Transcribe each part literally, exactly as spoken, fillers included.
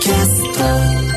キャスト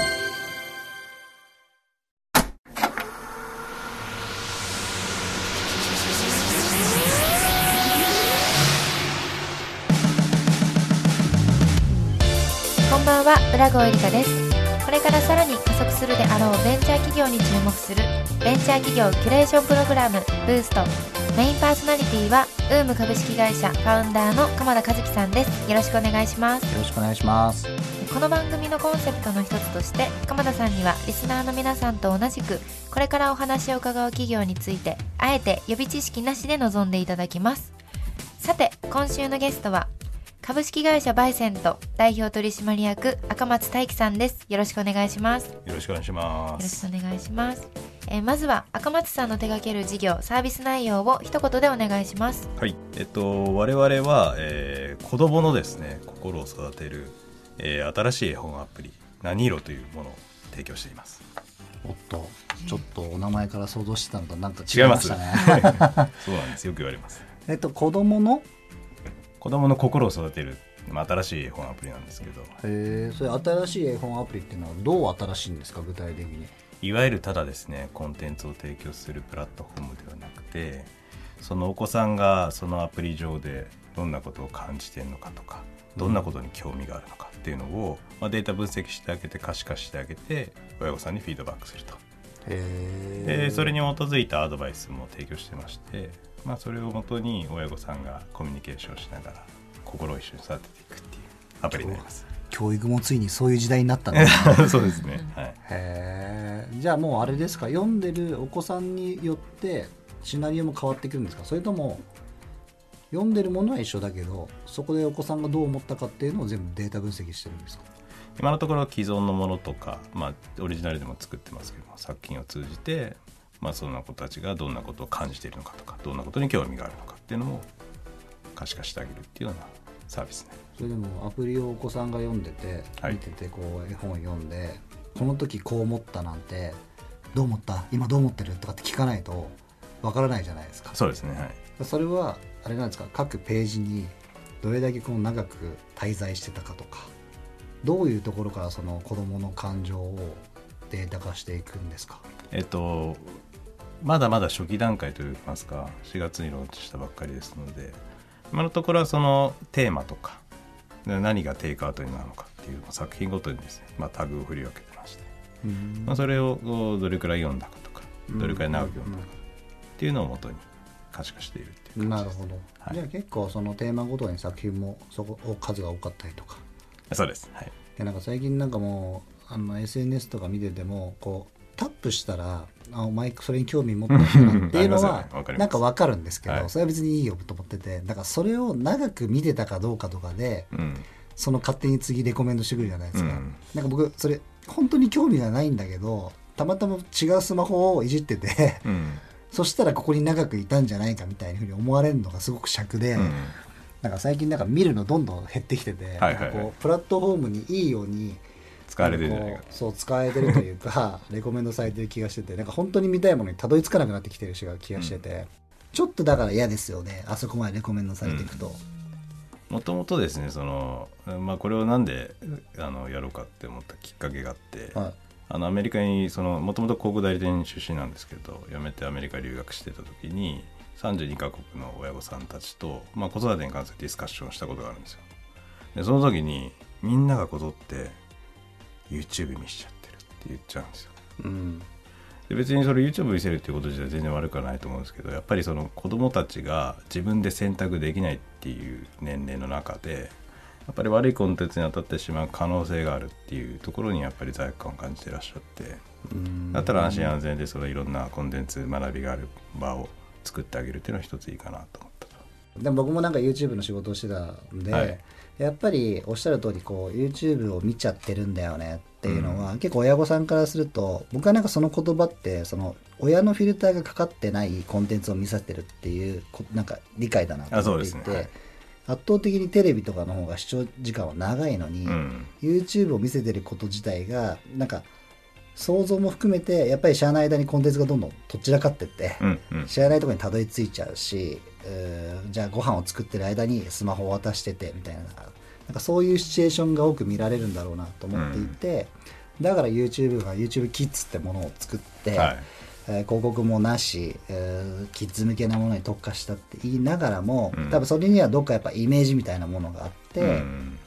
こんばんは、浦郷えりかです。これからさらに加速するであろうベンチャー企業に注目するベンチャー企業キュレーションプログラムブースト。メインパーソナリティはウーム株式会社ファウンダーの鎌田和樹さんです。よろしくお願いします。 よろしくお願いします。 この番組のコンセプトの一つとして鎌田さんにはリスナーの皆さんと同じくこれからお話を伺う企業についてあえて予備知識なしで臨んでいただきます。さて今週のゲストは株式会社バイセント代表取締役赤松大樹さんです。よろしくお願いします。 よろしくお願いします。 よろしくお願いします。えー、まずは赤松さんの手掛ける事業サービス内容を一言でお願いします。 はい、えっと我々は、えー、子どものですね心を育てる、えー、新しい絵本アプリ何色というものを提供しています。 おっとちょっとお名前から想像してたのとなんか違いましたね。 違いますそうなんです。よく言われます。 えっと子どもの子どもの心を育てる新しい絵本アプリなんですけど。 へー、それ新しい絵本アプリっていうのはどう新しいんですか、具体的に。 いわゆるただですねコンテンツを提供するプラットフォームではなくて、そのお子さんがそのアプリ上でどんなことを感じているのかとかどんなことに興味があるのかっていうのを、まあ、データ分析してあげて可視化してあげて親御さんにフィードバックすると。 へー。 でそれに基づいたアドバイスも提供してまして、まあ、それをもとに親御さんがコミュニケーションしながら心を一緒に育てていくっていうアプリになります。 教育もついにそういう時代になったんですね。 そうですね、はい、 へー。じゃあもうあれですか、読んでるお子さんによってシナリオも変わってくるんですか、それとも読んでるものは一緒だけどそこでお子さんがどう思ったかっていうのを全部データ分析してるんですか。 今のところ既存のものとか、まあ、オリジナルでも作ってますけども作品を通じて、まあ、その子たちがどんなことを感じているのかとかどんなことに興味があるのかっていうのも可視化してあげるっていうようなサービスね。 それでもアプリをお子さんが読んでて、はい、見ててこう絵本を読んでこの時こう思ったなんてどう思った今どう思ってるとかって聞かないとわからないじゃないですか。 そうですね、はい、 それはあれなんですか、各ページにどれだけこう長く滞在してたかとかどういうところからその子どもの感情をデータ化していくんですか。 えっとまだまだ初期段階といいますかしがつにローンチしたばっかりですので今のところはそのテーマとか何がテイクアウトになるのかっていう作品ごとにですね、まあ、タグを振り分けてまして、まあ、それをどれくらい読んだかとかどれくらい長く読んだかっていうのを元に可視化しているっていう感じです。 なるほど、 はい、 じゃあ結構そのテーマごとに作品もそこ数が多かったりとか。 そうです、はい、 でなんか最近なんかもうあの エスエヌエス とか見ててもこうタップしたらあお前それに興味持ってるなっていうのはなんか分かるんですけど、はい、それは別にいいよと思ってて、だからそれを長く見てたかどうかとかで、うん、その勝手に次レコメンドしてくるじゃないですか、うん、なんか僕それ本当に興味がないんだけどたまたま違うスマホをいじってて、うん、そしたらここに長くいたんじゃないかみたいなふうに思われるのがすごく尺で、うん、なんか最近なんか見るのどんどん減ってきてて、はいはいはい、なんかこうプラットフォームにいいように使われてるんじゃないか、 そう使えてるというかレコメンドされてる気がしてて、なんか本当に見たいものにたどり着かなくなってきてる気がしてて、うん、ちょっとだから嫌ですよね、あそこまでレコメンドされていくと。 もともとですねその、まあ、これをなんであのやろうかって思ったきっかけがあって、はい、あのアメリカにもともと広告代理店出身なんですけど辞めてアメリカ留学してた時にさんじゅうにカ国の親御さんたちと、まあ、子育てに関するディスカッションをしたことがあるんですよ。でその時にみんながこぞって YouTube 見しちゃってるって言っちゃうんですよ、うん、で別にそれ YouTube 見せるっていうこと自体全然悪くはないと思うんですけど、やっぱりその子どもたちが自分で選択できないっていう年齢の中でやっぱり悪いコンテンツに当たってしまう可能性があるっていうところにやっぱり罪悪感を感じていらっしゃって、うんだったら安心安全でそのいろんなコンテンツ学びがある場を作ってあげるっていうのは一ついいかなと思ったと。 でも僕もなんか YouTube の仕事をしてたんで、はい、やっぱりおっしゃる通りこう YouTube を見ちゃってるんだよねっていうのは、うん、結構親御さんからすると僕はなんかその言葉ってその親のフィルターがかかってないコンテンツを見させてるっていうなんか理解だなと思っていて、ねはい、圧倒的にテレビとかの方が視聴時間は長いのに、うん、YouTube を見せてること自体がなんか想像も含めてやっぱり知らない間にコンテンツがどんどんとっちらかってって、うんうん、知らないところにたどり着いちゃうし、じゃあご飯を作ってる間にスマホを渡しててみたいななんかそういうシチュエーションが多く見られるんだろうなと思っていて、うん、だから YouTube が YouTube キッズってものを作って、はい、えー、広告もなし、えー、キッズ向けなものに特化したって言いながらも、うん、多分それにはどっかやっぱイメージみたいなものがあって、うん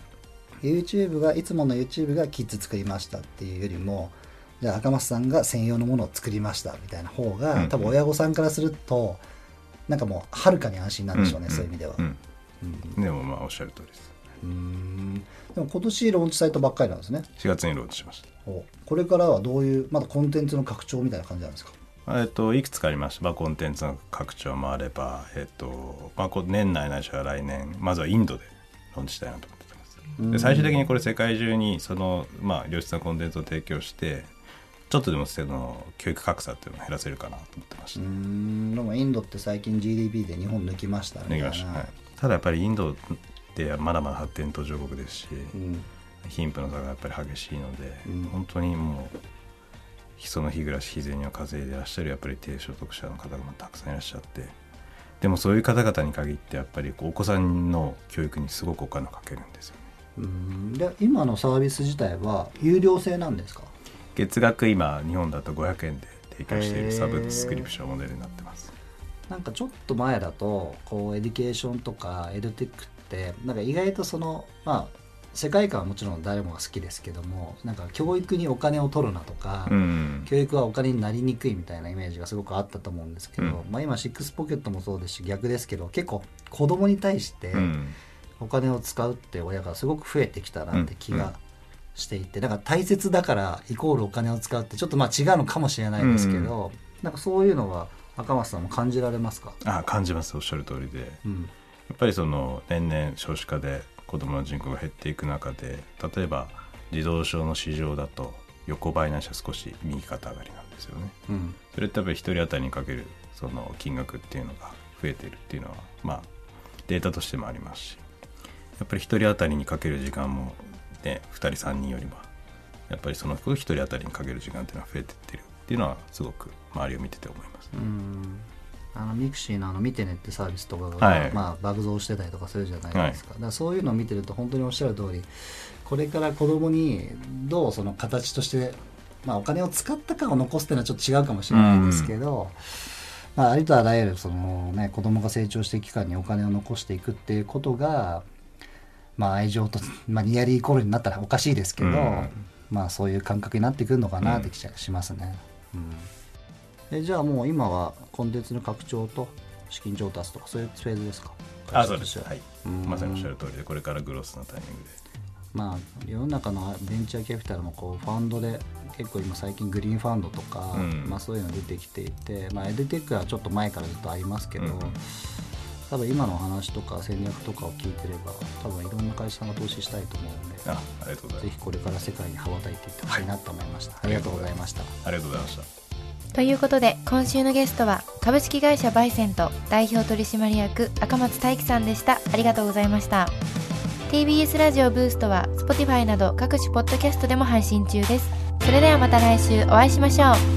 、YouTube がいつもの YouTube がキッズ作りましたっていうよりも、じゃあ赤松さんが専用のものを作りましたみたいな方が、うん、多分親御さんからするとなんかもうはるかに安心なんでしょうね、うん、そういう意味では、うんうん、でもまあおっしゃる通りです。 うーん、でも今年ローンチサイトばっかりなんですね。 しがつにローンチしました。 お、これからはどういうまだコンテンツの拡張みたいな感じなんですか？ えっと、いくつかありました。まあ、コンテンツの拡張もあれば、えっとまあ、年内ないしは来年まずはインドでローンチしたいなと思ってます。で最終的にこれ世界中にその、まあ、良質なコンテンツを提供してちょっとでもその教育格差っていうのを減らせるかなと思ってました。 うーん、でもインドって最近 ジーディーピー で日本抜きましたね。 抜きました、はい、ただやっぱりインドってまだまだ発展途上国ですし、うん、貧富の差がやっぱり激しいので、うん、本当にもうその日暮らし日銭を稼いでいらっしゃるやっぱり低所得者の方がたくさんいらっしゃって、でもそういう方々に限ってやっぱりお子さんの教育にすごくお金をかけるんですよね。 うーん、で今のサービス自体は有料制なんですか？ 月額今日本だとごひゃくえんで提供しているサブスクリプションモデルになってます。 なんかちょっと前だとこうエデュケーションとかエドテックってなんか意外とそのまあ世界観はもちろん誰もが好きですけども、なんか教育にお金を取るなとか、うん、教育はお金になりにくいみたいなイメージがすごくあったと思うんですけど、うん、まあ、今シックスポケットもそうですし逆ですけど、結構子供に対してお金を使うって親がすごく増えてきたなって気がしていて、だから大切だからイコールお金を使うってちょっとまあ違うのかもしれないですけど、うん、なんかそういうのは赤松さんも感じられますか？ あ、感じます。おっしゃる通りで、うん、やっぱりその年々少子化で子どもの人口が減っていく中で、例えば児童書の市場だと横ばいないしは少し右肩上がりなんですよね、うん、それってやっぱりひとり当たりにかけるその金額っていうのが増えているっていうのはまあデータとしてもありますし、やっぱりひとり当たりにかける時間も、ね、ふたりさんにんよりもやっぱりそのひとり当たりにかける時間っていうのは増えていってるっていうのはすごく周りを見てて思います、ね、 うん、あのミクシーのあの見てねってサービスとかが、はい、まあ、爆増してたりとかするじゃないですか、はい、だからそういうのを見てると本当におっしゃる通り、これから子供にどうその形として、まあ、お金を使ったかを残すっていうのはちょっと違うかもしれないんですけど、うん、まあ、ありとあらゆるその、ね、子供が成長していく期間にお金を残していくっていうことが、まあ、愛情と、まあ、ニアリーイコールになったらおかしいですけど、うん、まあ、そういう感覚になってくるのかなって気がしますね、うんうん、えじゃあもう今はコンテンツの拡張と資金調達とかそういうフェーズですか？ あ、そうです、はい、まさにおっしゃる通りで、これからグロスのタイミングで、 まあ、世の中のベンチャーキャピタルもこうファンドで結構今最近グリーンファンドとか、うん、まあ、そういうの出てきていて、まあ、エデテックはちょっと前からずっとありますけど、うん、多分今の話とか戦略とかを聞いてれば多分いろんな会社さんが投資したいと思うんで、 あ、ありがとうございます。 ぜひこれから世界に羽ばたいていってほしいなと思いました、はい、ありがとうございました。 ありがとうございました。 ということで今週のゲストは株式会社バイセント代表取締役赤松大樹さんでした。ありがとうございました。 ティービーエス ラジオブーストは Spotify など各種ポッドキャストでも配信中です。それではまた来週お会いしましょう。